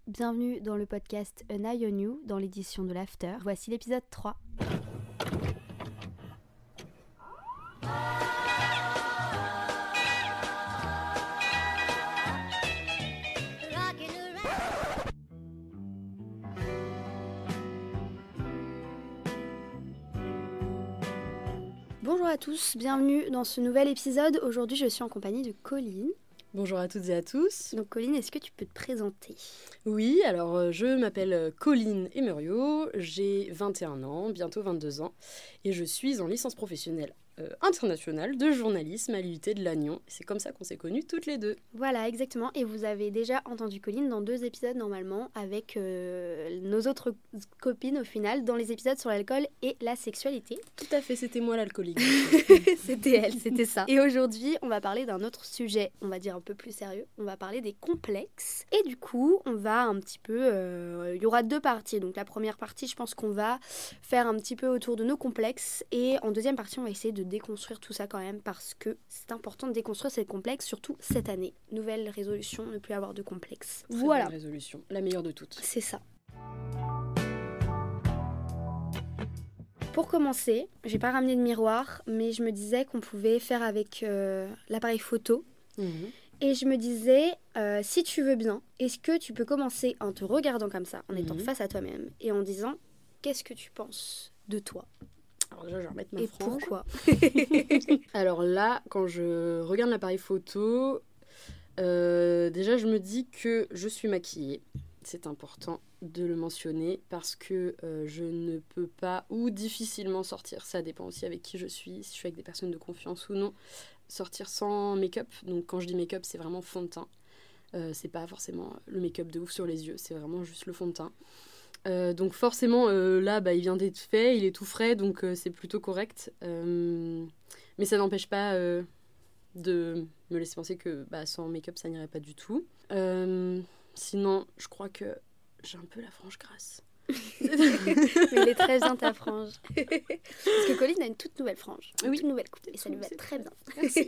bienvenue dans le podcast An Eye on You dans l'édition de l'After. Voici l'épisode 3. Bonjour à tous, bienvenue dans ce nouvel épisode. Aujourd'hui, je suis en compagnie de Colline. Bonjour à toutes et à tous. Donc Colline, est-ce que tu peux te présenter ? Oui, alors je m'appelle Colline Emerio, j'ai 21 ans, bientôt 22 ans, et je suis en licence professionnelle internationale de journalisme à l'UIT de Lannion. C'est comme ça qu'on s'est connues toutes les deux. Voilà, exactement. Et vous avez déjà entendu Colline dans 2 épisodes normalement avec nos autres copines au final, dans les épisodes sur l'alcool et la sexualité. Tout à fait, c'était moi l'alcoolique. C'était elle, c'était ça. Et aujourd'hui, on va parler d'un autre sujet, on va dire un peu plus sérieux. On va parler des complexes. Et du coup, on va un petit peu... il y aura 2 parties. Donc la première partie, je pense qu'on va faire un petit peu autour de nos complexes. Et en deuxième partie, on va essayer de déconstruire tout ça quand même parce que c'est important de déconstruire ces complexes, surtout cette année. Nouvelle résolution, ne plus avoir de complexes. Très voilà. bonne résolution, la meilleure de toutes. C'est ça. Pour commencer, j'ai pas ramené de miroir, mais je me disais qu'on pouvait faire avec l'appareil photo. Et je me disais, si tu veux bien, est-ce que tu peux commencer en te regardant comme ça, en étant face à toi-même, et en disant, qu'est-ce que tu penses de toi ? Alors déjà, je vais remettre ma Et frange. pourquoi ? Alors là, quand je regarde l'appareil photo, déjà je me dis que je suis maquillée. C'est important de le mentionner parce que je ne peux pas ou difficilement sortir. Ça dépend aussi avec qui je suis, si je suis avec des personnes de confiance ou non. Sortir sans make-up. Donc quand je dis make-up, c'est vraiment fond de teint. C'est pas forcément le make-up de ouf sur les yeux, c'est vraiment juste le fond de teint. Donc forcément, là, il vient d'être fait, il est tout frais, donc c'est plutôt correct. Mais ça n'empêche pas de me laisser penser que sans make-up, ça n'irait pas du tout. Sinon, je crois que j'ai un peu la frange grasse. Mais elle est très bien ta frange. Parce que Colline a une toute nouvelle frange, une toute nouvelle coupe, et ça lui va très bien. Merci.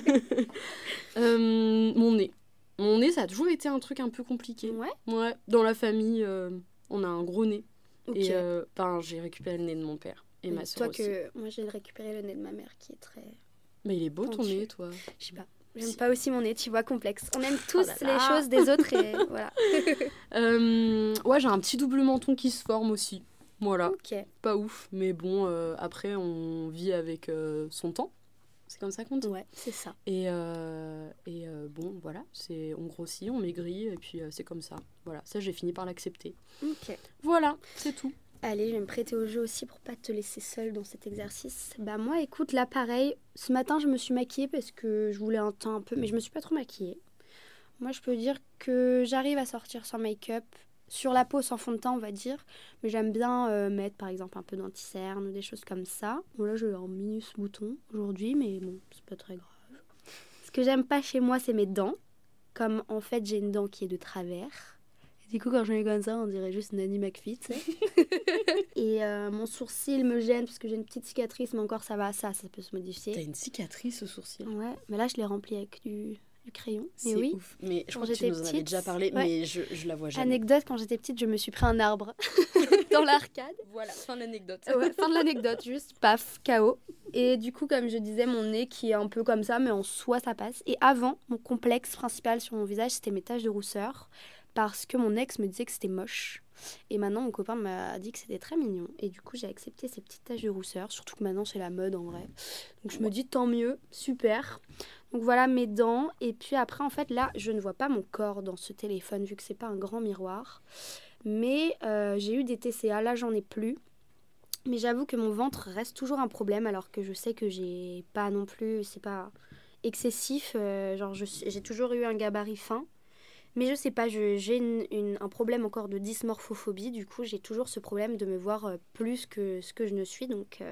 Mon nez. Mon nez, ça a toujours été un truc un peu compliqué. Ouais. Dans la famille, on a un gros nez. Okay. Et j'ai récupéré le nez de mon père et ma soeur aussi. Moi, j'ai récupéré le nez de ma mère qui est très... Mais il est beau ton nez, toi. Je sais pas. J'aime pas aussi mon nez, tu vois, complexe. On aime tous les choses des autres et voilà. Ouais, j'ai un petit double menton qui se forme aussi. Voilà. Okay. Pas ouf, mais bon, après, on vit avec son temps. C'est comme ça qu'on dit. Ouais, c'est ça. Et bon, voilà, on grossit, on maigrit, et puis c'est comme ça. Voilà, ça, j'ai fini par l'accepter. Ok. Voilà, c'est tout. Allez, je vais me prêter au jeu aussi pour pas te laisser seule dans cet exercice. Moi, écoute, là, pareil, ce matin, je me suis maquillée parce que je voulais un teint un peu, mais je me suis pas trop maquillée. Moi, je peux dire que j'arrive à sortir sans make-up, sur la peau, sans fond de teint, on va dire. Mais j'aime bien mettre, par exemple, un peu d'anti-cerne ou des choses comme ça. Bon, là, j'ai un minus bouton aujourd'hui, mais bon, c'est pas très grave. Ce que j'aime pas chez moi, c'est mes dents. Comme, en fait, j'ai une dent qui est de travers. Du coup, quand je mets comme ça, on dirait juste Nanny McPhee, tu sais. Et mon sourcil me gêne parce que j'ai une petite cicatrice, mais encore ça va, ça peut se modifier. T'as une cicatrice au sourcil ? Ouais, mais là, je l'ai remplie avec du crayon. C'est ouf. Mais je crois que tu nous en avais déjà parlé, mais je la vois jamais. Anecdote, quand j'étais petite, je me suis pris un arbre dans l'arcade. Voilà, fin de l'anecdote. Ouais, fin de l'anecdote, juste paf, KO. Et du coup, comme je disais, mon nez qui est un peu comme ça, mais en soi, ça passe. Et avant, mon complexe principal sur mon visage, c'était mes taches de rousseur. Parce que mon ex me disait que c'était moche. Et maintenant, mon copain m'a dit que c'était très mignon. Et du coup, j'ai accepté ces petites taches de rousseur. Surtout que maintenant, c'est la mode en vrai. Donc, je me dis tant mieux, super. Donc, voilà mes dents. Et puis après, en fait, là, je ne vois pas mon corps dans ce téléphone, vu que c'est pas un grand miroir. Mais j'ai eu des TCA. Là, j'en ai plus. Mais j'avoue que mon ventre reste toujours un problème. Alors que je sais que j'ai pas non plus... C'est pas excessif. J'ai toujours eu un gabarit fin. Mais je sais pas, j'ai un problème encore de dysmorphophobie. Du coup, j'ai toujours ce problème de me voir plus que ce que je ne suis. Donc,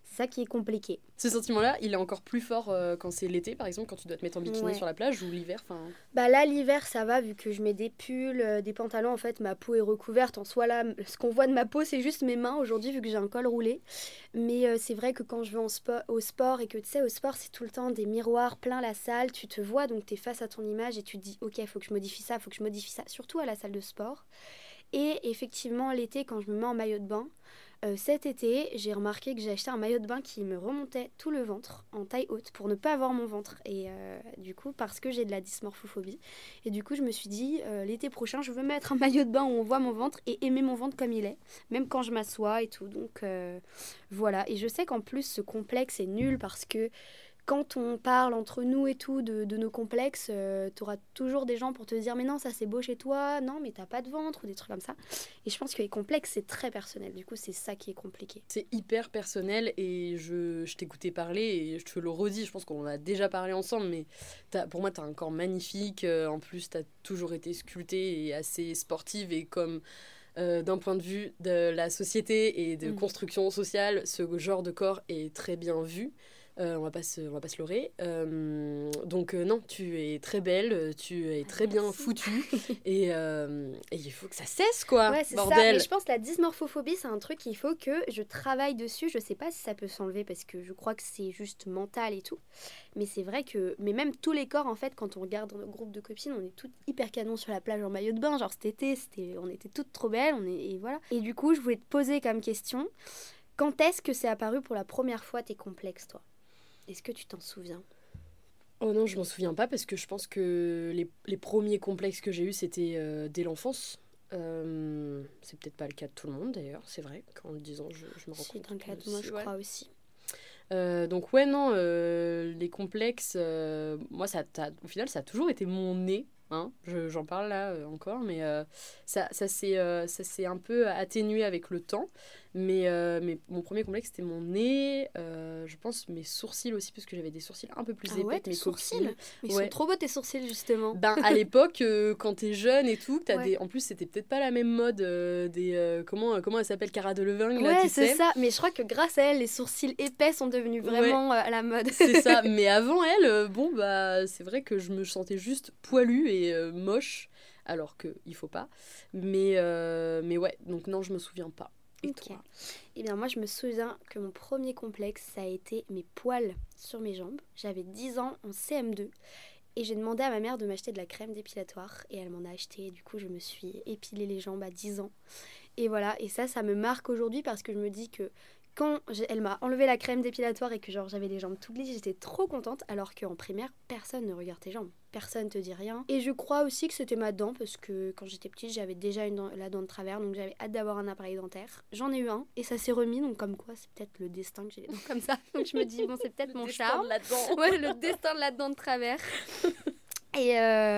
C'est ça qui est compliqué. Ce sentiment-là, il est encore plus fort quand c'est l'été, par exemple, quand tu dois te mettre en bikini sur la plage, ou l'hiver. Bah là, l'hiver, ça va, vu que je mets des pulls, des pantalons, en fait, ma peau est recouverte. En soi, là, ce qu'on voit de ma peau, c'est juste mes mains aujourd'hui, vu que j'ai un col roulé. Mais c'est vrai que quand je vais au sport, et que tu sais, au sport, c'est tout le temps des miroirs plein la salle, tu te vois, donc tu es face à ton image, et tu te dis, ok, il faut que je modifie ça, faut que je modifie ça, surtout à la salle de sport. Et effectivement, l'été, quand je me mets en maillot de bain, cet été, j'ai remarqué que j'ai acheté un maillot de bain qui me remontait tout le ventre en taille haute pour ne pas avoir mon ventre. Et du coup, parce que j'ai de la dysmorphophobie. Et du coup, je me suis dit, l'été prochain, je veux mettre un maillot de bain où on voit mon ventre et aimer mon ventre comme il est, même quand je m'assois et tout. Donc voilà. Et je sais qu'en plus, ce complexe est nul parce que quand on parle entre nous et tout de nos complexes, t'auras toujours des gens pour te dire mais non, ça c'est beau chez toi, non mais t'as pas de ventre ou des trucs comme ça. Et je pense que les complexes c'est très personnel, du coup c'est ça qui est compliqué. C'est hyper personnel et je t'écoutais parler et je te le redis, je pense qu'on en a déjà parlé ensemble, mais pour moi t'as un corps magnifique, en plus t'as toujours été sculptée et assez sportive et comme d'un point de vue de la société et de construction sociale, ce genre de corps est très bien vu. On va pas se leurrer. Donc non, tu es très belle, tu es très bien foutue et il faut que ça cesse quoi, ouais, c'est bordel. ça. Mais je pense que la dysmorphophobie, c'est un truc qu'il faut que je travaille dessus. Je sais pas si ça peut s'enlever parce que je crois que c'est juste mental et tout. Mais c'est vrai que, mais même tous les corps en fait, quand on regarde dans notre groupe de copines, on est toutes hyper canon sur la plage en maillot de bain. Genre cet été, on était toutes trop belles. Et voilà. Et du coup, je voulais te poser comme question, quand est-ce que c'est apparu pour la première fois tes complexes, toi? Est-ce que tu t'en souviens? Oh non, je m'en souviens pas parce que je pense que les premiers complexes que j'ai eus, c'était dès l'enfance. C'est peut-être pas le cas de tout le monde d'ailleurs, c'est vrai, qu'en le disant, je me rends compte. C'est un cas de moi, je crois aussi. Donc ouais, non, les complexes, moi, au final, ça a toujours été mon nez. Hein, j'en parle là encore, mais ça s'est un peu atténué avec le temps. Mais mon premier complexe, c'était mon nez. Je pense mes sourcils aussi, parce que j'avais des sourcils un peu plus épais ouais, que mes sourcils. copines. Mais ils sont trop beaux tes sourcils, justement. Ben, à l'époque, quand t'es jeune et tout, Ouais. en plus, c'était peut-être pas la même mode comment elle s'appelle, Cara Delevingne, là, Ouais, tu c'est sais. ça. Mais je crois que grâce à elle, les sourcils épais sont devenus vraiment à la mode. C'est ça. Mais avant elle, bon, bah, c'est vrai que je me sentais juste poilue et moche, alors qu'il faut pas. Mais ouais, donc non, je me souviens pas. Et Ok. toi? Eh bien, moi, je me souviens que mon premier complexe, ça a été mes poils sur mes jambes. J'avais 10 ans en CM2 et j'ai demandé à ma mère de m'acheter de la crème dépilatoire et elle m'en a acheté. Du coup, je me suis épilé les jambes à 10 ans. Et voilà, et ça me marque aujourd'hui parce que je me dis que elle m'a enlevé la crème dépilatoire et que genre j'avais les jambes toutes lisses, j'étais trop contente, alors qu'en primaire, personne ne regarde tes jambes, personne te dit rien. Et je crois aussi que c'était ma dent parce que quand j'étais petite, j'avais déjà la dent de travers, donc j'avais hâte d'avoir un appareil dentaire. J'en ai eu un et ça s'est remis, donc comme quoi c'est peut-être le destin que j'ai les dents comme ça. Donc je me dis bon, c'est peut-être mon charme. Le destin de la dent. Ouais, le destin de la dent de travers. Et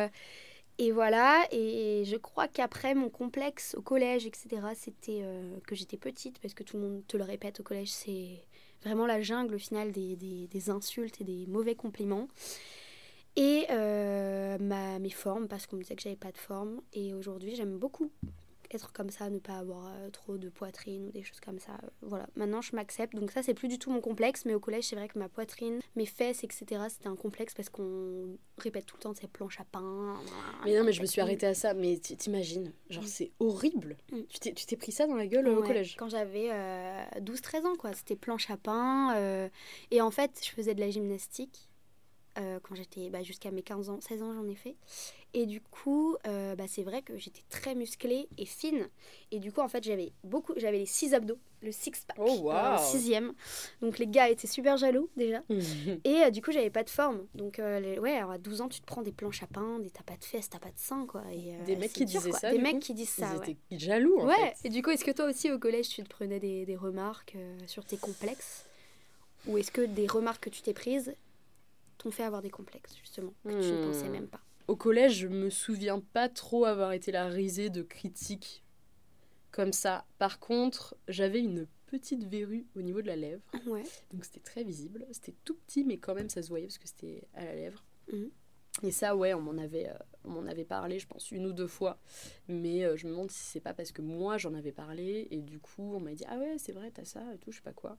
et voilà, et je crois qu'après mon complexe au collège, etc., c'était que j'étais petite, parce que tout le monde te le répète au collège, c'est vraiment la jungle au final des insultes et des mauvais compliments. Et mes formes, parce qu'on me disait que j'avais pas de forme. Et aujourd'hui, j'aime beaucoup être comme ça, ne pas avoir trop de poitrine ou des choses comme ça. Voilà, maintenant je m'accepte. Donc ça, c'est plus du tout mon complexe. Mais au collège, c'est vrai que ma poitrine, mes fesses, etc., c'était un complexe parce qu'on répète tout le temps, c'est planche à pain. Mais non, mais je me suis arrêtée à ça. Mais t'imagines, genre c'est horrible. Tu t'es pris ça dans la gueule au collège? Quand j'avais 12-13 ans, quoi. C'était planche à pain. Et en fait, je faisais de la gymnastique. Quand j'étais jusqu'à mes 15 ans, 16 ans j'en ai fait. Et du coup, c'est vrai que j'étais très musclée et fine. Et du coup, en fait, j'avais les 6 abdos, le six-pack, wow. 6e. Donc les gars étaient super jaloux déjà. Et du coup, j'avais pas de forme. Donc alors à 12 ans, tu te prends des planches à pain, t'as pas de fesses, t'as pas de seins, quoi. Et, des mecs qui disaient ça, des mecs qui disent ça, ils étaient jaloux, en fait. Et du coup, est-ce que toi aussi, au collège, tu te prenais des remarques sur tes complexes? Ou est-ce que des remarques que tu t'es prises t'ont fait avoir des complexes, justement, que tu ne pensais même pas? Au collège, je me souviens pas trop avoir été la risée de critiques comme ça. Par contre, j'avais une petite verrue au niveau de la lèvre. Ouais. Donc c'était très visible. C'était tout petit, mais quand même ça se voyait parce que c'était à la lèvre. Et ça, ouais, on m'en avait parlé, je pense, 1 ou 2 fois. Mais je me demande si c'est pas parce que moi, j'en avais parlé. Et du coup, on m'a dit « Ah ouais, c'est vrai, t'as ça et tout, je sais pas quoi. »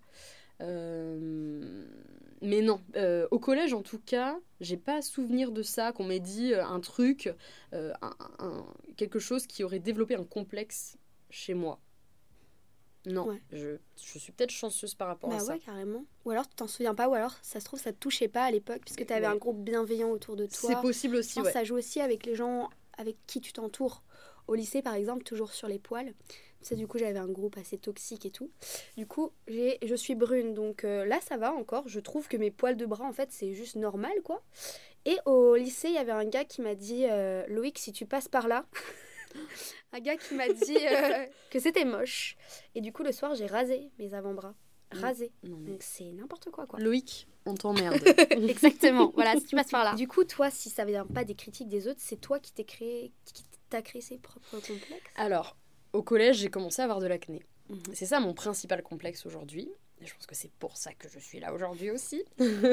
Mais non, au collège en tout cas, j'ai pas souvenir de ça, qu'on m'ait dit un truc, quelque chose qui aurait développé un complexe chez moi. Non, Ouais. je suis peut-être chanceuse par rapport à Bah ça. ouais, carrément. Ou alors tu t'en souviens pas, ou alors ça se trouve ça te touchait pas à l'époque, puisque tu avais un Ouais. groupe bienveillant autour de C'est toi. possible Je aussi, pense que ouais. ça joue aussi avec les gens avec qui tu t'entoures. Au lycée, par exemple, toujours sur les poils. Ça, du coup, j'avais un groupe assez toxique et tout. Du coup, je suis brune, donc là, ça va encore. Je trouve que mes poils de bras, en fait, c'est juste normal, quoi. Et au lycée, il y avait un gars qui m'a dit Loïc, si tu passes par là, un gars qui m'a dit que c'était moche. Et du coup, le soir, j'ai rasé mes avant-bras. Rasé. Non, mais... Donc, c'est n'importe quoi, quoi. Loïc, on t'emmerde. Exactement. Voilà, si tu passes par là. Du coup, toi, si ça vient pas des critiques des autres, c'est toi qui t'as créé ses propres complexes. Alors, au collège, j'ai commencé à avoir de l'acné. Mhm. C'est ça mon principal complexe aujourd'hui. Et je pense que c'est pour ça que je suis là aujourd'hui aussi.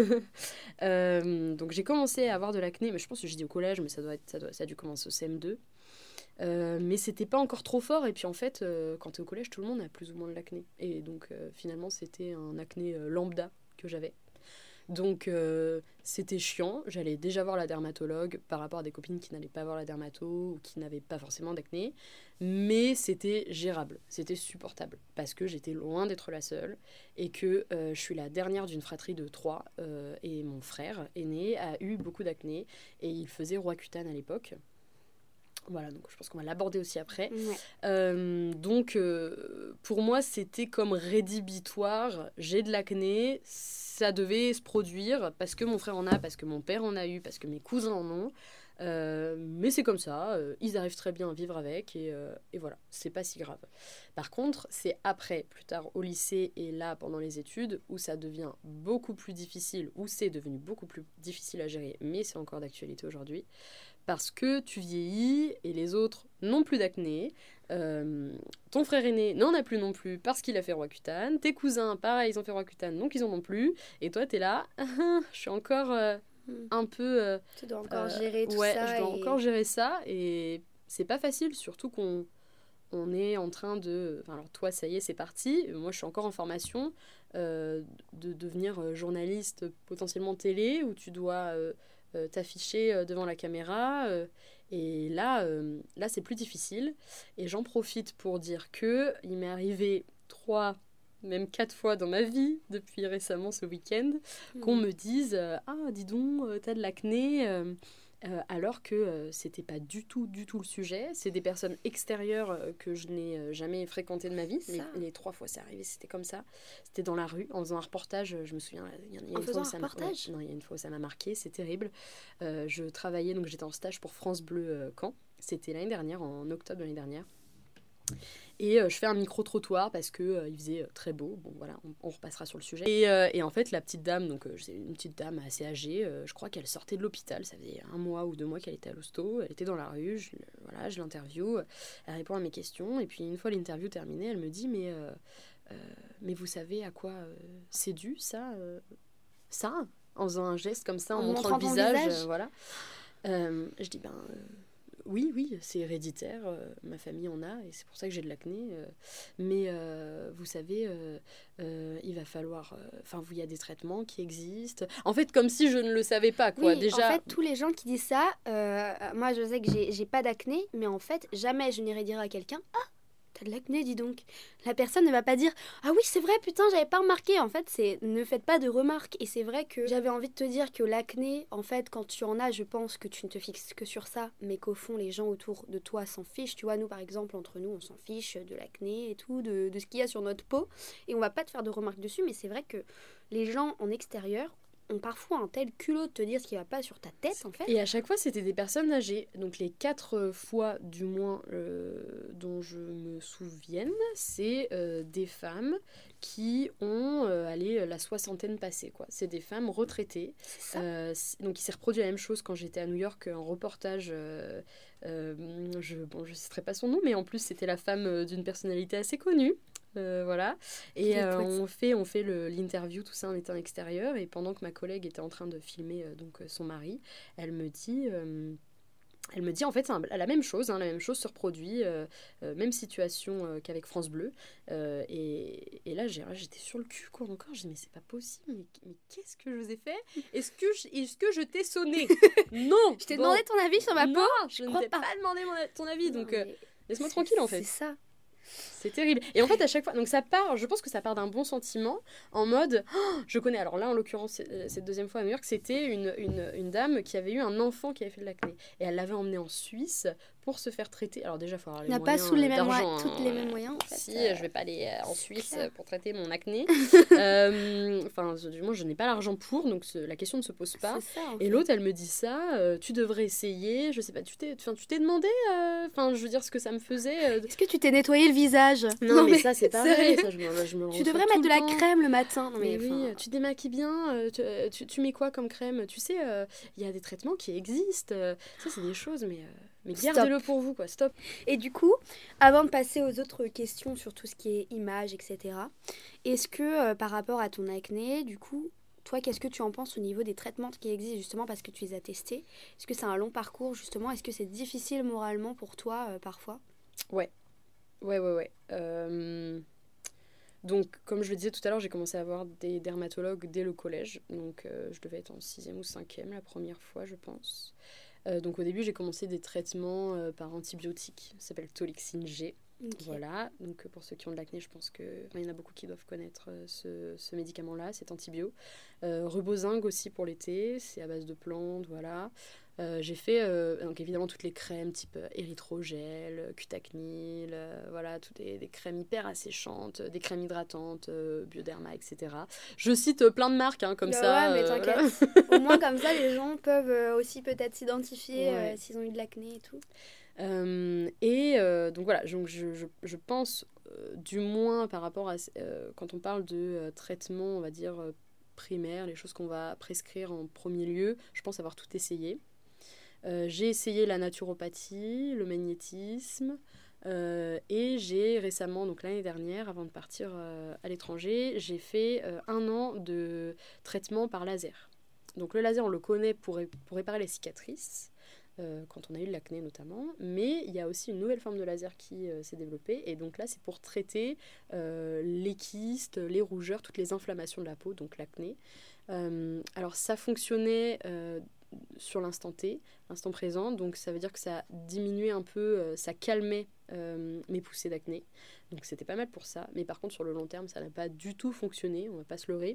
Donc j'ai commencé à avoir de l'acné, mais je pense que j'ai dit au collège, mais ça a dû commencer au CM2. Mais c'était pas encore trop fort. Et puis en fait, quand t'es au collège, tout le monde a plus ou moins de l'acné. Et donc finalement, c'était un acné lambda que j'avais. Donc c'était chiant, j'allais déjà voir la dermatologue par rapport à des copines qui n'allaient pas voir la dermato ou qui n'avaient pas forcément d'acné, mais c'était gérable, c'était supportable parce que j'étais loin d'être la seule et que je suis la dernière d'une fratrie de 3 et mon frère aîné a eu beaucoup d'acné et il faisait Roaccutane à l'époque. Voilà, donc je pense qu'on va l'aborder aussi après. Ouais. Donc, pour moi, c'était comme rédhibitoire. J'ai de l'acné, ça devait se produire parce que mon frère en a, parce que mon père en a eu, parce que mes cousins en ont. Mais c'est comme ça, ils arrivent très bien à vivre avec et voilà, c'est pas si grave. Par contre, c'est après, plus tard au lycée et là pendant les études, où ça devient beaucoup plus difficile, où c'est devenu beaucoup plus difficile à gérer, mais c'est encore d'actualité aujourd'hui. Parce que tu vieillis et les autres n'ont plus d'acné. Ton frère aîné n'en a plus non plus parce qu'il a fait Roaccutane. Tes cousins, pareil, ils ont fait Roaccutane, donc ils en ont plus. Et toi, t'es là, je suis encore un peu... Tu dois encore gérer tout ouais, je ça. dois encore gérer ça. Et c'est pas facile, surtout qu'on est en train de... Enfin, alors toi, ça y est, c'est parti. Moi, je suis encore en formation de devenir journaliste potentiellement télé, où tu dois... t'afficher devant la caméra. Et là, c'est plus difficile. Et j'en profite pour dire que il m'est arrivé 3, même 4 fois dans ma vie, depuis récemment ce week-end, qu'on me dise ah, dis donc, t'as de l'acné. Alors que c'était pas du tout le sujet. C'est des personnes extérieures que je n'ai jamais fréquentées de ma vie. Les 3 fois c'est arrivé, c'était comme ça. C'était dans la rue, en faisant un reportage. Je me souviens, il y a En une faisant fois un reportage non, il y a une fois où ça m'a marqué, c'est terrible. Je travaillais, donc j'étais en stage pour France Bleu Caen. C'était l'année dernière, en octobre de l'année dernière. Et je fais un micro-trottoir parce que il faisait très beau. Bon, voilà, on repassera sur le sujet. Et en fait, la petite dame, donc c'est une petite dame assez âgée, je crois qu'elle sortait de l'hôpital. Ça faisait 1 mois ou 2 mois qu'elle était à l'hosto. Elle était dans la rue, voilà, je l'interview. Elle répond à mes questions. Et puis, une fois l'interview terminée, elle me dit mais vous savez à quoi c'est dû, ça Ça En faisant un geste comme ça, en montrant le visage. Voilà. Je dis oui, c'est héréditaire, ma famille en a, et c'est pour ça que j'ai de l'acné. Mais vous savez, il va falloir... Enfin, il y a des traitements qui existent. En fait, comme si je ne le savais pas, quoi. Oui, Déjà... en fait, tous les gens qui disent ça, moi je sais que j'ai pas d'acné, mais en fait, jamais je n'irai dire à quelqu'un « Ah, t'as de l'acné, dis donc !» La personne ne va pas dire « Ah oui, c'est vrai, putain, j'avais pas remarqué !» En fait, c'est ne faites pas de remarques. Et c'est vrai que j'avais envie de te dire que l'acné, en fait, quand tu en as, je pense que tu ne te fixes que sur ça, mais qu'au fond, les gens autour de toi s'en fichent. Tu vois, nous, par exemple, entre nous, on s'en fiche de l'acné et tout, de ce qu'il y a sur notre peau, et on va pas te faire de remarques dessus, mais c'est vrai que les gens en extérieur ont parfois un tel culot de te dire ce qui va pas sur ta tête, en fait. Et à chaque fois, c'était des personnes âgées. Donc les 4 fois, du moins, dont je me souvienne, c'est des femmes qui ont la soixantaine passée, quoi. C'est des femmes retraitées. Donc il s'est reproduit la même chose quand j'étais à New York en reportage. Je citerai pas son nom, mais en plus, c'était la femme d'une personnalité assez connue. Voilà. Et on fait l'interview, tout ça en étant extérieur. Et pendant que ma collègue était en train de filmer son mari, elle me dit Elle me dit en fait c'est la même chose, hein, la même chose se reproduit, même situation qu'avec France Bleu. Et là j'étais sur le cul quoi encore, je dis mais c'est pas possible, mais qu'est-ce que je vous ai fait? Est-ce que je t'ai sonné? Non. Je t'ai demandé ton avis sur ma peau? Non, je ne t'ai pas demandé ton avis, Non, donc mais laisse-moi tranquille en fait. C'est ça. C'est terrible. Et en fait, à chaque fois, donc ça part, je pense que ça part d'un bon sentiment, en mode, oh, je connais, alors là, en l'occurrence, cette deuxième fois à New York, c'était une dame qui avait eu un enfant qui avait fait de l'acné. Et elle l'avait emmené en Suisse pour se faire traiter. Alors déjà, il faut avoir les On n'a pas moyens sous les mêmes d'argent. toutes les mêmes moyens, en fait. Si, je vais pas aller en c'est Suisse clair. pour traiter mon acné. Enfin, du moins, je n'ai pas l'argent pour, donc la question ne se pose pas. C'est ça, en Et fait. l'autre, elle me dit ça, tu devrais essayer, je sais pas, tu t'es demandé, enfin, je veux dire, ce que ça me faisait. Est-ce que tu t'es nettoyé le visage? Non, mais ça, c'est pareil, sérieux. ça, je me le Tu reçois devrais tout mettre de le la temps. crème le matin. Non, Mais mais oui, enfin, tu te démaquilles bien, tu mets quoi comme crème? Tu sais, il y a des traitements qui existent, ça, c'est des choses, mais Stop. gardez-le pour vous, quoi, stop. Et du coup, avant de passer aux autres questions sur tout ce qui est image, etc., est-ce que par rapport à ton acné, du coup, toi, qu'est-ce que tu en penses au niveau des traitements qui existent justement parce que tu les as testés? Est-ce que c'est un long parcours justement? Est-ce que c'est difficile moralement pour toi parfois? Ouais. Donc, comme je le disais tout à l'heure, j'ai commencé à avoir des dermatologues dès le collège. Donc, je devais être en 6e ou 5e la première fois, je pense. Donc, au début, j'ai commencé des traitements par antibiotiques. Ça s'appelle Tolixine G. Ok. Voilà, donc pour ceux qui ont de l'acné, je pense qu'il y en a beaucoup qui doivent connaître ce médicament-là, cet antibio. Rebozingue aussi pour l'été, c'est à base de plantes, voilà. J'ai fait donc évidemment toutes les crèmes type érythrogel, Cutacnil, voilà, toutes des crèmes hyper asséchantes, des crèmes hydratantes, Bioderma, etc. Je cite plein de marques hein, comme Bah ça. ouais, mais Voilà. t'inquiète. Au moins comme ça, les gens peuvent aussi peut-être s'identifier Ouais. s'ils ont eu de l'acné et tout. Donc voilà, donc je pense, du moins par rapport à quand on parle de traitement, on va dire primaire, les choses qu'on va prescrire en premier lieu, je pense avoir tout essayé. J'ai essayé la naturopathie, le magnétisme, et j'ai récemment, donc l'année dernière, avant de partir à l'étranger, j'ai fait 1 an de traitement par laser. Donc le laser, on le connaît pour réparer les cicatrices, quand on a eu de l'acné notamment, mais il y a aussi une nouvelle forme de laser qui s'est développée, et donc là c'est pour traiter les kystes, les rougeurs, toutes les inflammations de la peau, donc l'acné. Alors ça fonctionnait sur l'instant T, l'instant présent, donc ça veut dire que ça diminuait un peu, ça calmait mes poussées d'acné, donc c'était pas mal pour ça, mais par contre sur le long terme ça n'a pas du tout fonctionné, on va pas se leurrer.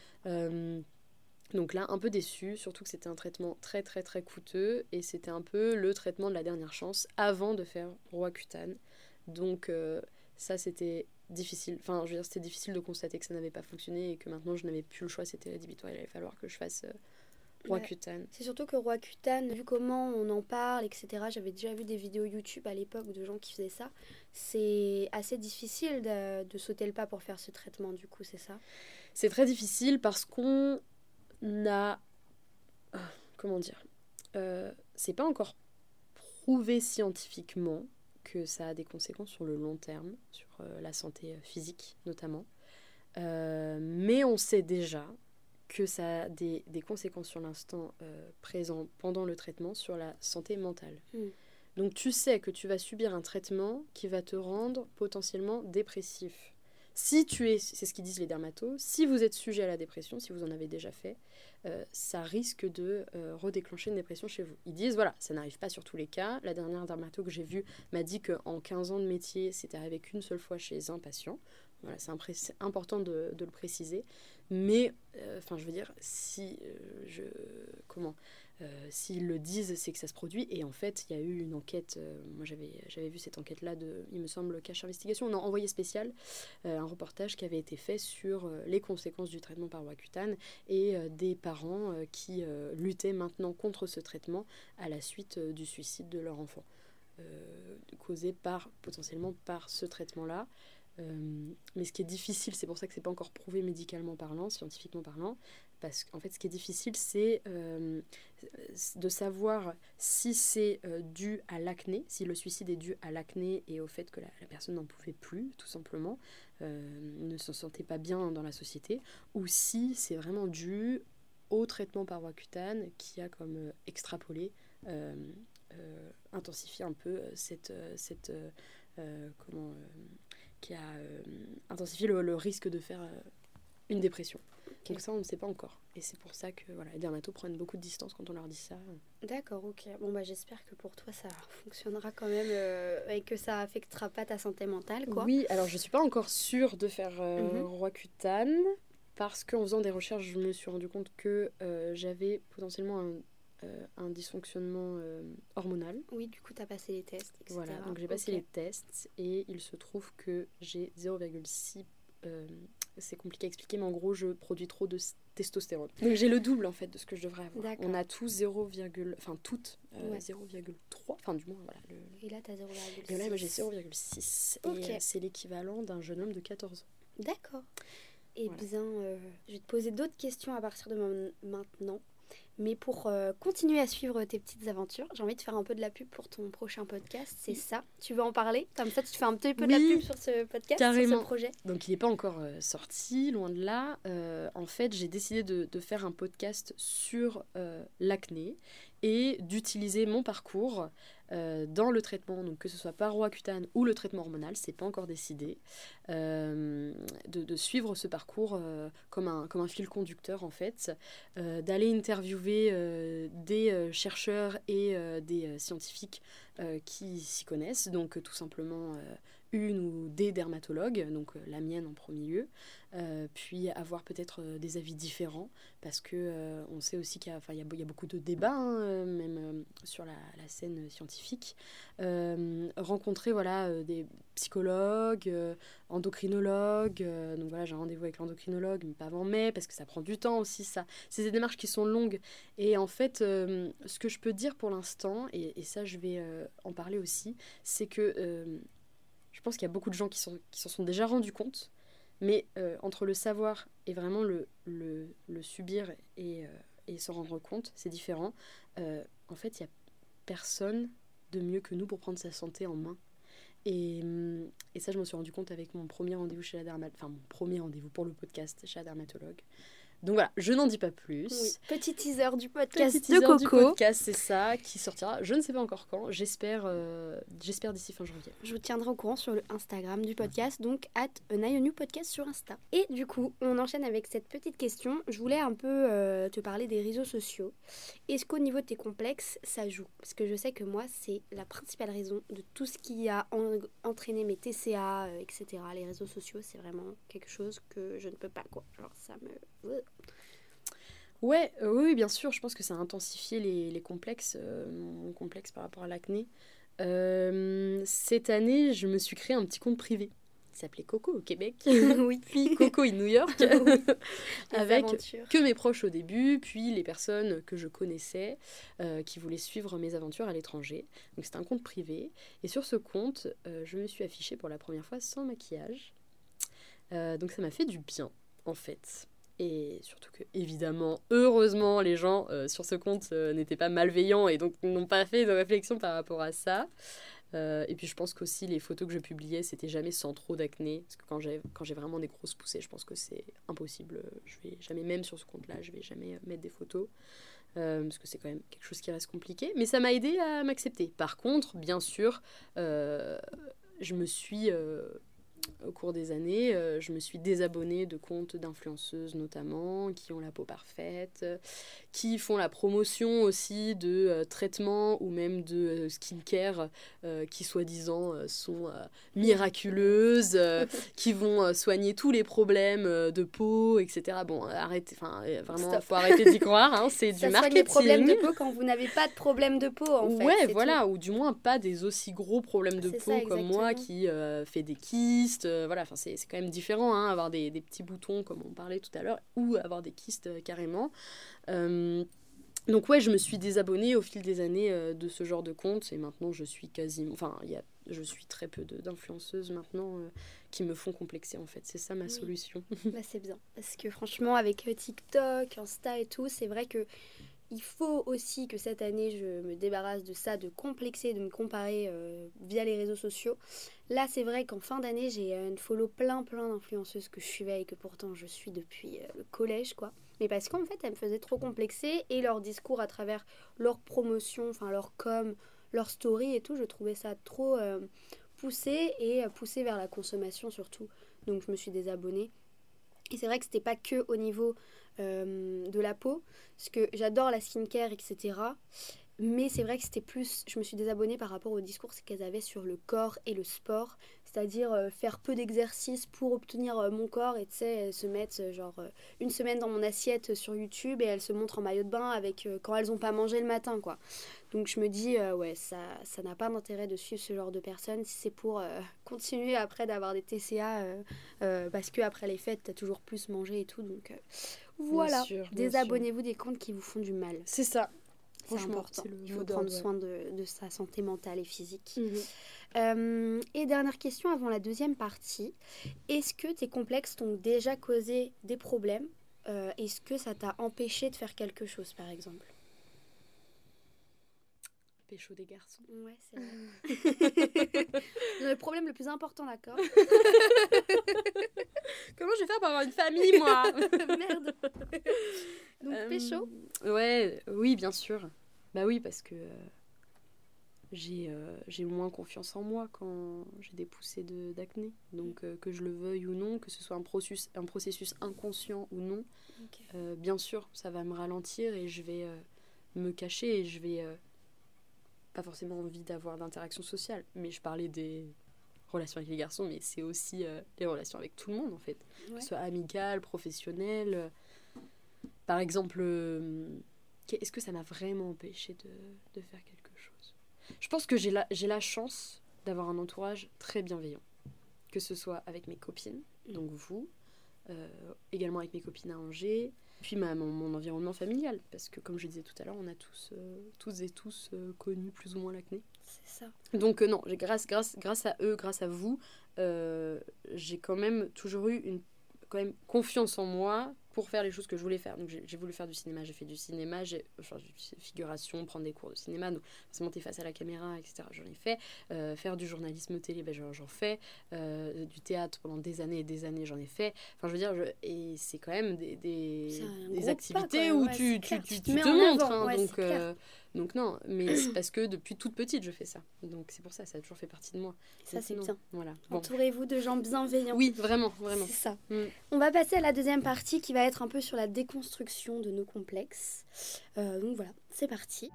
Donc là, un peu déçue, surtout que c'était un traitement très très très coûteux et c'était un peu le traitement de la dernière chance avant de faire Roaccutane. Donc ça c'était difficile, enfin je veux dire c'était difficile de constater que ça n'avait pas fonctionné et que maintenant je n'avais plus le choix, c'était rédhibitoire, il allait falloir que je fasse Roaccutane. C'est surtout que Roaccutane, vu comment on en parle, etc., j'avais déjà vu des vidéos YouTube à l'époque de gens qui faisaient ça, c'est assez difficile de sauter le pas pour faire ce traitement, du coup, c'est ça? C'est très difficile parce qu'on a... comment dire, c'est pas encore prouvé scientifiquement que ça a des conséquences sur le long terme, sur la santé physique notamment. Mais on sait déjà que ça a des conséquences sur l'instant présent pendant le traitement sur la santé mentale. Donc tu sais que tu vas subir un traitement qui va te rendre potentiellement dépressif. Si tu es, c'est ce qu'ils disent les dermatos, si vous êtes sujet à la dépression, si vous en avez déjà fait, ça risque de redéclencher une dépression chez vous. Ils disent, voilà, ça n'arrive pas sur tous les cas. La dernière dermato que j'ai vue m'a dit qu'en 15 ans de métier, c'était arrivé qu'une seule fois chez un patient. Voilà, c'est important de le préciser. Mais, enfin, je veux dire, si s'ils le disent, c'est que ça se produit. Et en fait, il y a eu une enquête, moi j'avais vu cette enquête-là de, il me semble, Cache Investigation, on a envoyé spécial, un reportage qui avait été fait sur les conséquences du traitement par Roaccutane et des parents qui luttaient maintenant contre ce traitement à la suite du suicide de leur enfant, causé potentiellement par ce traitement-là. Mais ce qui est difficile, c'est pour ça que c'est pas encore prouvé médicalement parlant, scientifiquement parlant, parce qu'en fait ce qui est difficile c'est de savoir si c'est dû à l'acné, si le suicide est dû à l'acné et au fait que la personne n'en pouvait plus tout simplement, ne se sentait pas bien dans la société, ou si c'est vraiment dû au traitement par Roaccutane qui a comme extrapolé intensifié un peu qui a intensifié le risque de faire une dépression. Okay. Donc ça, on ne sait pas encore. Et c'est pour ça que les dermatos prennent beaucoup de distance quand on leur dit ça. D'accord, ok. Bon, j'espère que pour toi, ça fonctionnera quand même et que ça affectera pas ta santé mentale, quoi. Oui, alors je ne suis pas encore sûre de faire Roaccutane parce qu'en faisant des recherches, je me suis rendu compte que j'avais potentiellement un dysfonctionnement hormonal. Oui, du coup, tu as passé les tests, etc. Voilà, donc j'ai passé les tests et il se trouve que j'ai 0,6... c'est compliqué à expliquer, mais en gros, je produis trop de testostérone. Donc j'ai le double, en fait, de ce que je devrais avoir. D'accord. On a tous 0,3, enfin du moins, voilà. Et là, tu as 0,6. Et là, moi, j'ai 0,6. Okay. Et c'est l'équivalent d'un jeune homme de 14 ans. D'accord. Eh bien, je vais te poser d'autres questions à partir de maintenant. Mais pour continuer à suivre tes petites aventures, j'ai envie de faire un peu de la pub pour ton prochain podcast, c'est ça. Tu veux en parler? Comme ça, tu te fais un petit peu de la pub sur ce podcast, carrément. sur ce projet. Donc, il n'est pas encore sorti, loin de là. En fait, j'ai décidé de faire un podcast sur l'acné et d'utiliser mon parcours dans le traitement, donc que ce soit par Roaccutane ou le traitement hormonal, c'est pas encore décidé, de suivre ce parcours comme un fil conducteur en fait, d'aller interviewer des chercheurs et des scientifiques qui s'y connaissent, donc tout simplement une ou des dermatologues, donc la mienne en premier lieu, puis avoir peut-être des avis différents, parce que on sait aussi qu'il y a beaucoup de débats, même sur la scène scientifique. Rencontrer des psychologues, endocrinologues, donc j'ai un rendez-vous avec l'endocrinologue, mais pas avant mai, parce que ça prend du temps aussi, ça. C'est des démarches qui sont longues. Et en fait, ce que je peux dire pour l'instant, et ça je vais en parler aussi, c'est que je pense qu'il y a beaucoup de gens qui s'en sont déjà rendus compte, mais entre le savoir et vraiment le subir et s'en rendre compte, c'est différent. En fait, il n'y a personne de mieux que nous pour prendre sa santé en main. Et ça, je m'en suis rendu compte avec mon premier rendez-vous chez la dermatologue, enfin mon premier rendez-vous pour le podcast chez la dermatologue. Donc voilà, je n'en dis pas plus. Oui, petit teaser du podcast de Coco. Du podcast, c'est ça, qui sortira, je ne sais pas encore quand, j'espère d'ici fin janvier. Je vous tiendrai au courant sur le Instagram du podcast, donc @anayonupodcast sur Insta. Et du coup, on enchaîne avec cette petite question. Je voulais un peu te parler des réseaux sociaux. Est-ce qu'au niveau de tes complexes, ça joue? Parce que je sais que moi, c'est la principale raison de tout ce qui a entraîné mes TCA, etc. Les réseaux sociaux, c'est vraiment quelque chose que je ne peux pas, quoi. Genre, ça me... Ouais, oui, bien sûr, je pense que ça a intensifié les complexes, mon complexe par rapport à l'acné. Cette année, je me suis créé un petit compte privé. Il s'appelait Coco au Québec, oui. Puis Coco in New York, oui. avec que mes proches au début, puis les personnes que je connaissais qui voulaient suivre mes aventures à l'étranger. Donc c'était un compte privé. Et sur ce compte, je me suis affichée pour la première fois sans maquillage. Donc ça m'a fait du bien, en fait. Et surtout que, évidemment, heureusement, les gens sur ce compte n'étaient pas malveillants et donc n'ont pas fait de réflexion par rapport à ça. Et puis je pense qu'aussi les photos que je publiais, c'était jamais sans trop d'acné. Parce que quand j'ai vraiment des grosses poussées, je pense que c'est impossible. Je vais jamais, même sur ce compte-là, je vais jamais mettre des photos. Parce que c'est quand même quelque chose qui reste compliqué. Mais ça m'a aidé à m'accepter. Par contre, bien sûr, je me suis... au cours des années, je me suis désabonnée de comptes d'influenceuses notamment, qui ont la peau parfaite, qui font la promotion aussi de traitements ou même de skincare qui soi-disant sont miraculeuses, qui vont soigner tous les problèmes de peau, etc. Bon, arrêtez, vraiment, il faut arrêter d'y croire, hein, c'est du marketing. Ça soigne les problèmes de peau quand vous n'avez pas de problème de peau, en fait. Ouais, voilà, ou du moins pas des aussi gros problèmes de peau comme moi qui fait des kystes. Voilà, c'est quand même différent, hein, avoir des petits boutons comme on parlait tout à l'heure, ou avoir des kystes carrément. Donc ouais, je me suis désabonnée au fil des années de ce genre de compte, et maintenant je suis quasiment... je suis très peu d'influenceuses maintenant qui me font complexer, en fait. C'est ça ma solution. C'est bien, parce que franchement, avec TikTok, Insta et tout, c'est vrai que il faut aussi que cette année, je me débarrasse de ça, de complexer, de me comparer via les réseaux sociaux. Là, c'est vrai qu'en fin d'année, j'ai follow plein d'influenceuses que je suivais et que pourtant je suis depuis le collège, quoi. Mais parce qu'en fait, elles me faisaient trop complexer et leur discours à travers leur promotion, leur com, leurs stories et tout, je trouvais ça trop poussé et poussé vers la consommation surtout. Donc je me suis désabonnée. Et c'est vrai que c'était pas que au niveau de la peau, parce que j'adore la skincare, etc. Mais c'est vrai que c'était plus, je me suis désabonnée par rapport au discours qu'elles avaient sur le corps et le sport, c'est-à-dire faire peu d'exercices pour obtenir mon corps et tu sais, elles se mettent une semaine dans mon assiette sur YouTube et elles se montrent en maillot de bain avec quand elles n'ont pas mangé le matin quoi. Donc je me dis ouais ça n'a pas d'intérêt de suivre ce genre de personnes si c'est pour continuer après d'avoir des TCA parce que après les fêtes t'as toujours plus mangé et tout donc voilà, désabonnez-vous des comptes qui vous font du mal. C'est ça. C'est important. Il faut prendre soin de sa santé mentale et physique. Et dernière question avant la deuxième partie. Est-ce que tes complexes t'ont déjà causé des problèmes Est-ce que ça t'a empêché de faire quelque chose, par exemple? Pécho des garçons. Ouais, c'est vrai. Le problème le plus important, d'accord. Comment je vais faire pour avoir une famille, moi? Merde. Donc, pécho? Oui, bien sûr. Bah oui, parce que j'ai moins confiance en moi quand j'ai des poussées d'acné. Donc, que je le veuille ou non, que ce soit un processus inconscient ou non, bien sûr, ça va me ralentir et je vais me cacher et je vais pas forcément envie d'avoir d'interaction sociale. Mais je parlais des relations avec les garçons, mais c'est aussi les relations avec tout le monde, en fait. Que ce soit amicales, professionnelles. Par exemple, est-ce que ça m'a vraiment empêché de faire quelque chose? Je pense que j'ai la chance d'avoir un entourage très bienveillant. Que ce soit avec mes copines, donc vous, également avec mes copines à Angers, puis mon environnement familial. Parce que, comme je disais tout à l'heure, on a tous et tous connu plus ou moins l'acné. C'est ça. Donc non, grâce à eux, grâce à vous, j'ai quand même toujours eu quand même confiance en moi pour faire les choses que je voulais faire. Donc j'ai voulu faire du cinéma, j'ai fait du cinéma, j'ai figuration, prendre des cours de cinéma, donc se monter face à la caméra, etc. J'en ai fait. Faire du journalisme télé, j'en fais. Du théâtre pendant des années et des années, j'en ai fait. Enfin, je veux dire, et c'est quand même des activités où tu te montres. Hein, donc non, mais c'est parce que depuis toute petite, je fais ça. Donc c'est pour ça, ça a toujours fait partie de moi. Ça, c'est bien. Voilà. Entourez-vous de gens bienveillants. Oui, vraiment. C'est ça. On va passer à la deuxième partie qui va être un peu sur la déconstruction de nos complexes. Donc voilà, c'est parti.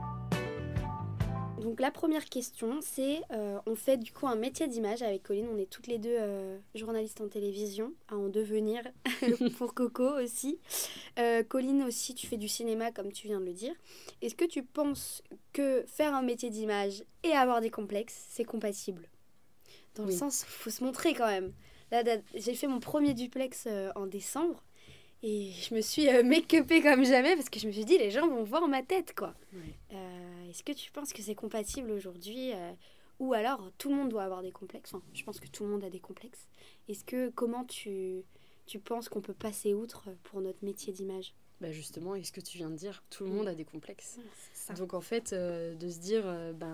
Donc la première question, c'est on fait du coup un métier d'image avec Colline. On est toutes les deux journalistes en télévision, à en devenir pour Coco aussi. Colline aussi, tu fais du cinéma comme tu viens de le dire. Est-ce que tu penses que faire un métier d'image et avoir des complexes, c'est compatible? Dans le sens, il faut se montrer quand même. Là, j'ai fait mon premier duplex en décembre. Et je me suis make-upée comme jamais parce que je me suis dit, les gens vont voir ma tête, quoi. Est-ce que tu penses que c'est compatible aujourd'hui ou alors tout le monde doit avoir des complexes? Enfin, je pense que tout le monde a des complexes. Comment tu penses qu'on peut passer outre pour notre métier d'image? Bah justement, et ce que tu viens de dire, tout le monde a des complexes. C'est ça. Donc en fait, de se dire,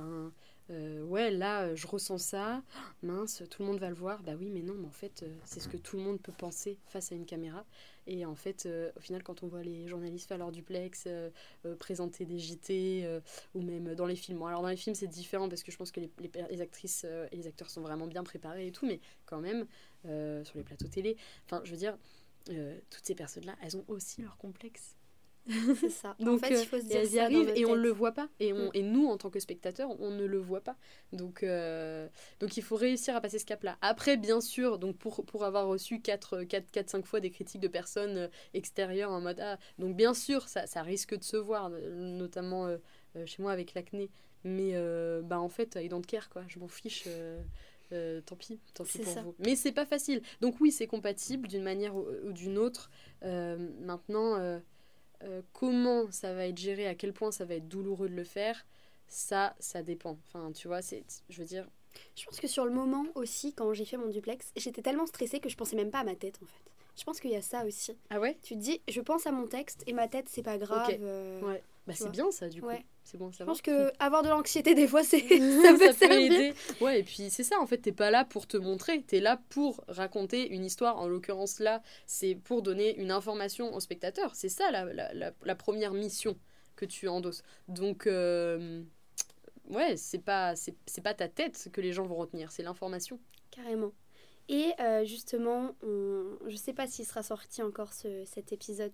ouais, là, je ressens ça, mince, tout le monde va le voir. Bah oui, mais non, mais en fait, c'est ce que tout le monde peut penser face à une caméra. Et en fait, au final, quand on voit les journalistes faire leur duplex, présenter des JT, ou même dans les films. Bon, alors dans les films, c'est différent parce que je pense que les actrices et les acteurs sont vraiment bien préparés et tout, mais quand même, sur les plateaux télé, enfin, je veux dire, toutes ces personnes-là, elles ont aussi leurs complexes. C'est ça. Donc, en fait, il faut se dire elles y ça arrivent et on tête. le voit pas. Et nous, en tant que spectateurs, on ne le voit pas. Donc il faut réussir à passer ce cap-là. Après, bien sûr, donc pour avoir reçu 4-5 fois des critiques de personnes extérieures en mode donc bien sûr, ça risque de se voir, notamment chez moi avec l'acné. Mais en fait, I don't care, quoi. Je m'en fiche. Tant pis pour vous. Mais c'est pas facile. Donc oui, c'est compatible d'une manière ou d'une autre. Maintenant, comment ça va être géré, à quel point ça va être douloureux de le faire, ça dépend. Enfin, tu vois, je veux dire... Je pense que sur le moment aussi, quand j'ai fait mon duplex, j'étais tellement stressée que je pensais même pas à ma tête, en fait. Je pense qu'il y a ça aussi. Ah ouais? Tu te dis, je pense à mon texte et ma tête, c'est pas grave. Okay. Ouais. Bah c'est bien ça, du coup. Ouais. C'est bon à je savoir. pense que avoir de l'anxiété, des fois, ça peut aider. Ouais, et puis c'est ça, en fait, t'es pas là pour te montrer, t'es là pour raconter une histoire. En l'occurrence, là, c'est pour donner une information au spectateur. C'est ça la première mission que tu endosses. Donc, ouais, c'est pas ta tête que les gens vont retenir, c'est l'information. Carrément. Et justement, je sais pas s'il sera sorti encore cet épisode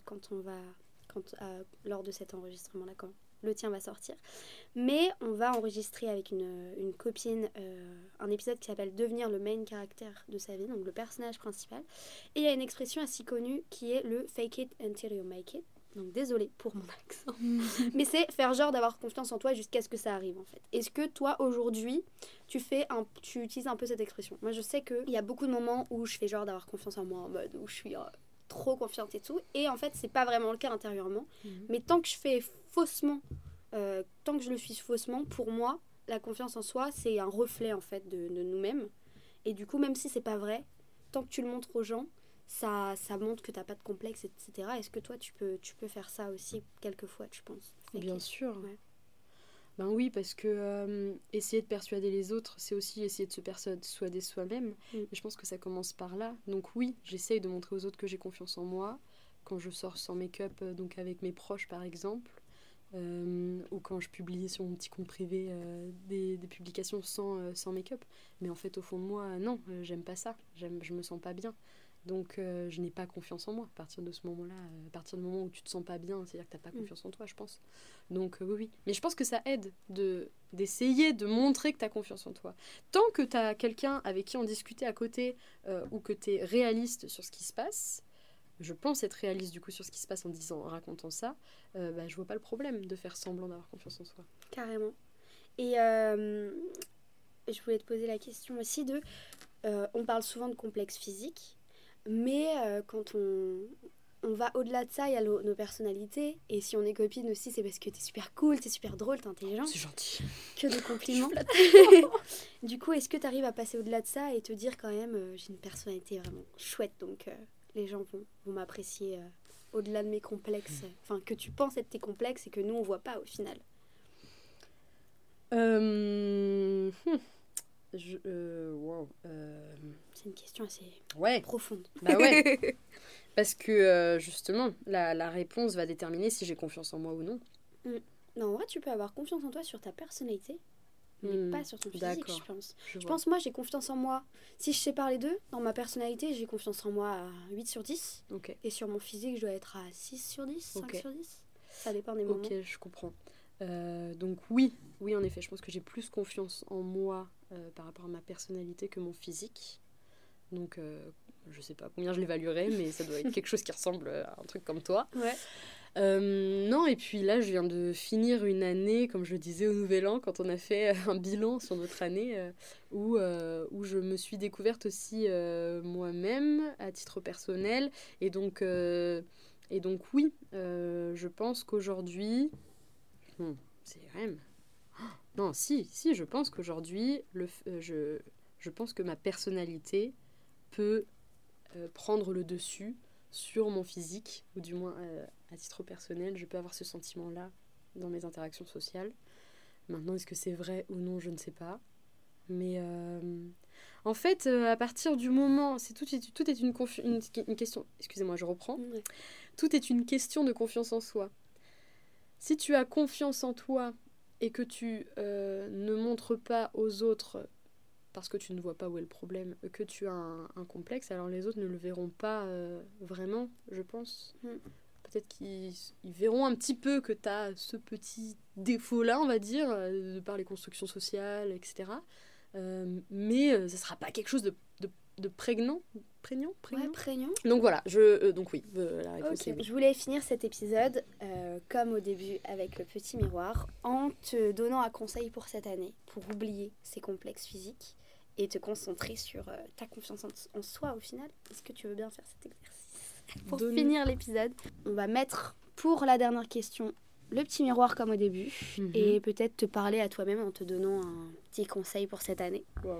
lors de cet enregistrement-là, quand le tien va sortir. Mais on va enregistrer avec une copine un épisode qui s'appelle Devenir le main caractère de sa vie, donc le personnage principal. Et il y a une expression assez connue qui est le fake it until you make it. Donc désolée pour mon accent. Mais c'est faire genre d'avoir confiance en toi jusqu'à ce que ça arrive en fait. Est-ce que toi aujourd'hui tu utilises un peu cette expression? Moi je sais qu'il y a beaucoup de moments où je fais genre d'avoir confiance en moi, en mode où je suis trop confiante et tout. Et en fait c'est pas vraiment le cas intérieurement. Mais tant que je fais faussement, tant que je le suis faussement, pour moi la confiance en soi c'est un reflet en fait de nous-mêmes. Et du coup même si c'est pas vrai, tant que tu le montres aux gens, ça montre que t'as pas de complexe, etc. Est-ce que toi, tu peux faire ça aussi quelquefois, tu penses? Bien sûr. Ouais. Ben oui, parce que essayer de persuader les autres, c'est aussi essayer de se persuader soi-même. Et je pense que ça commence par là. Donc oui, j'essaye de montrer aux autres que j'ai confiance en moi. Quand je sors sans make-up, donc avec mes proches par exemple, ou quand je publie sur mon petit compte privé des publications sans make-up. Mais en fait, au fond de moi, non, j'aime pas ça. Je me sens pas bien. Donc je n'ai pas confiance en moi à partir de ce moment-là. À partir du moment où tu te sens pas bien, c'est-à-dire que t'as pas confiance en toi, je pense. Donc oui. Mais je pense que ça aide d'essayer de montrer que t'as confiance en toi. Tant que t'as quelqu'un avec qui en discuter à côté ou que t'es réaliste sur ce qui se passe, je pense être réaliste du coup sur ce qui se passe en racontant ça, je vois pas le problème de faire semblant d'avoir confiance en soi. Carrément. Et je voulais te poser la question aussi on parle souvent de complexe physique, mais quand on va au-delà de ça, il y a nos personnalités. Et si on est copine aussi, c'est parce que t'es super cool, t'es super drôle, t'es intelligent. C'est gentil. Que de compliments. Du coup, est-ce que t'arrives à passer au-delà de ça et te dire quand même, j'ai une personnalité vraiment chouette, donc les gens vont m'apprécier au-delà de mes complexes. Enfin, que tu penses être tes complexes et que nous, on voit pas au final. Wow. C'est une question assez Ouais. profonde. Bah ouais. Parce que justement, la réponse va déterminer si j'ai confiance en moi ou non. Non, en vrai, tu peux avoir confiance en toi sur ta personnalité, mais pas sur ton physique, je pense. Je pense, moi, j'ai confiance en moi. Si je sépare les deux, dans ma personnalité, j'ai confiance en moi à 8 sur 10. Okay. Et sur mon physique, je dois être à 6 sur 10, 5 Okay. sur 10. Ça dépend des moments. Ok, je comprends. Donc oui, en effet, je pense que j'ai plus confiance en moi par rapport à ma personnalité que mon physique. Donc je sais pas combien je l'évaluerais, mais ça doit être quelque chose qui ressemble à un truc comme toi. Ouais. Non, et puis là, je viens de finir une année, comme je disais au Nouvel An, quand on a fait un bilan sur notre année, où je me suis découverte aussi moi-même, à titre personnel. Et donc oui, je pense qu'aujourd'hui... c'est même... Non, si, je pense qu'aujourd'hui, je pense que ma personnalité peut prendre le dessus sur mon physique, ou du moins à titre personnel, je peux avoir ce sentiment-là dans mes interactions sociales. Maintenant, est-ce que c'est vrai ou non, je ne sais pas. Mais en fait, à partir du moment... tout est une question... Excusez-moi, je reprends. Ouais. Tout est une question de confiance en soi. Si tu as confiance en toi et que tu ne montres pas aux autres, parce que tu ne vois pas où est le problème, que tu as un complexe, alors les autres ne le verront pas vraiment, je pense. Peut-être qu'ils verront un petit peu que tu as ce petit défaut-là, on va dire, de par les constructions sociales, etc. Mais ce ne sera pas quelque chose de prégnant. Prégnant. Ouais, prégnant. Donc voilà, donc oui, la réponse est oui. Je voulais finir cet épisode, comme au début, avec le petit miroir, en te donnant un conseil pour cette année, pour oublier ces complexes physiques et te concentrer sur ta confiance en soi au final. Est-ce que tu veux bien faire cet exercice pour finir l'épisode? On va mettre pour la dernière question le petit miroir comme au début et peut-être te parler à toi-même en te donnant un petit conseil pour cette année. Wow.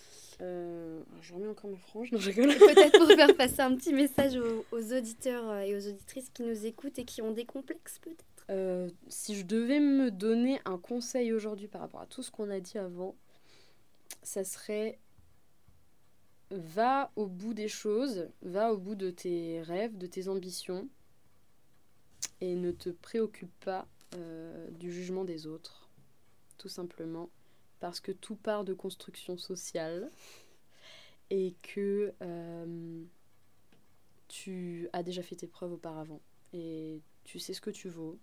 Je remets encore ma frange, non, je rigole. Peut-être pour faire passer un petit message aux auditeurs et aux auditrices qui nous écoutent et qui ont des complexes peut-être. Si je devais me donner un conseil aujourd'hui par rapport à tout ce qu'on a dit avant, ça serait va au bout des choses, va au bout de tes rêves, de tes ambitions et ne te préoccupe pas du jugement des autres. tout simplement parce que tout part de construction sociale et que tu as déjà fait tes preuves auparavant et tu sais ce que tu vaux.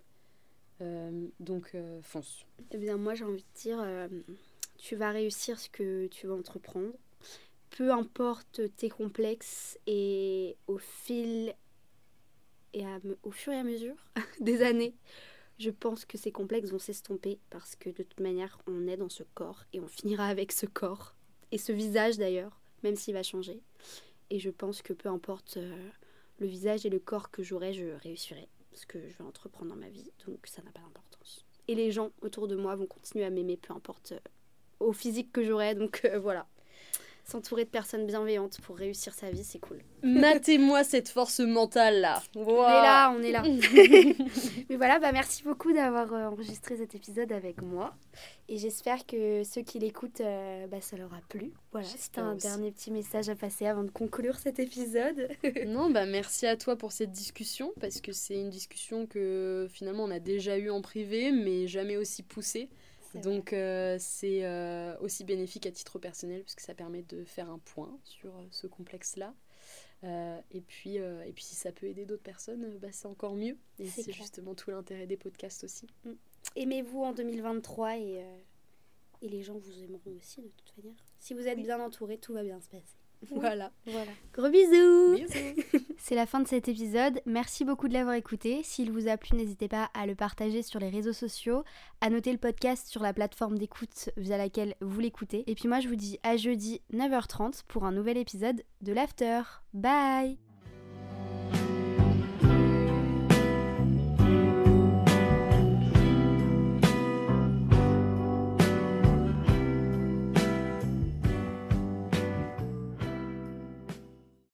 Donc fonce. Eh bien moi j'ai envie de dire, tu vas réussir ce que tu vas entreprendre. Peu importe tes complexes et au fur et à mesure des années, je pense que ces complexes vont s'estomper parce que de toute manière on est dans ce corps et on finira avec ce corps et ce visage d'ailleurs, même s'il va changer. Et je pense que peu importe le visage et le corps que j'aurai, je réussirai ce que je vais entreprendre dans ma vie, donc ça n'a pas d'importance. Et les gens autour de moi vont continuer à m'aimer, peu importe au physique que j'aurai, donc voilà. S'entourer de personnes bienveillantes pour réussir sa vie, c'est cool. Matez-moi cette force mentale là. Wow. On est là. Mais voilà, merci beaucoup d'avoir enregistré cet épisode avec moi. Et j'espère que ceux qui l'écoutent, ça leur a plu. Voilà, c'était un dernier petit message à passer avant de conclure cet épisode. Non, merci à toi pour cette discussion, parce que c'est une discussion que finalement on a déjà eue en privé, mais jamais aussi poussée. Donc c'est aussi bénéfique à titre personnel, parce que ça permet de faire un point sur ce complexe-là. Et puis si ça peut aider d'autres personnes, c'est encore mieux. Et c'est justement tout l'intérêt des podcasts aussi. Aimez-vous en 2023 et les gens vous aimeront aussi de toute manière. Si vous êtes bien entourés, tout va bien se passer. Voilà. Gros bisous. Bisous. C'est la fin de cet épisode. Merci beaucoup de l'avoir écouté. S'il vous a plu, n'hésitez pas à le partager sur les réseaux sociaux, à noter le podcast sur la plateforme d'écoute via laquelle vous l'écoutez. Et puis moi, je vous dis à jeudi 9h30 pour un nouvel épisode de l'After. Bye.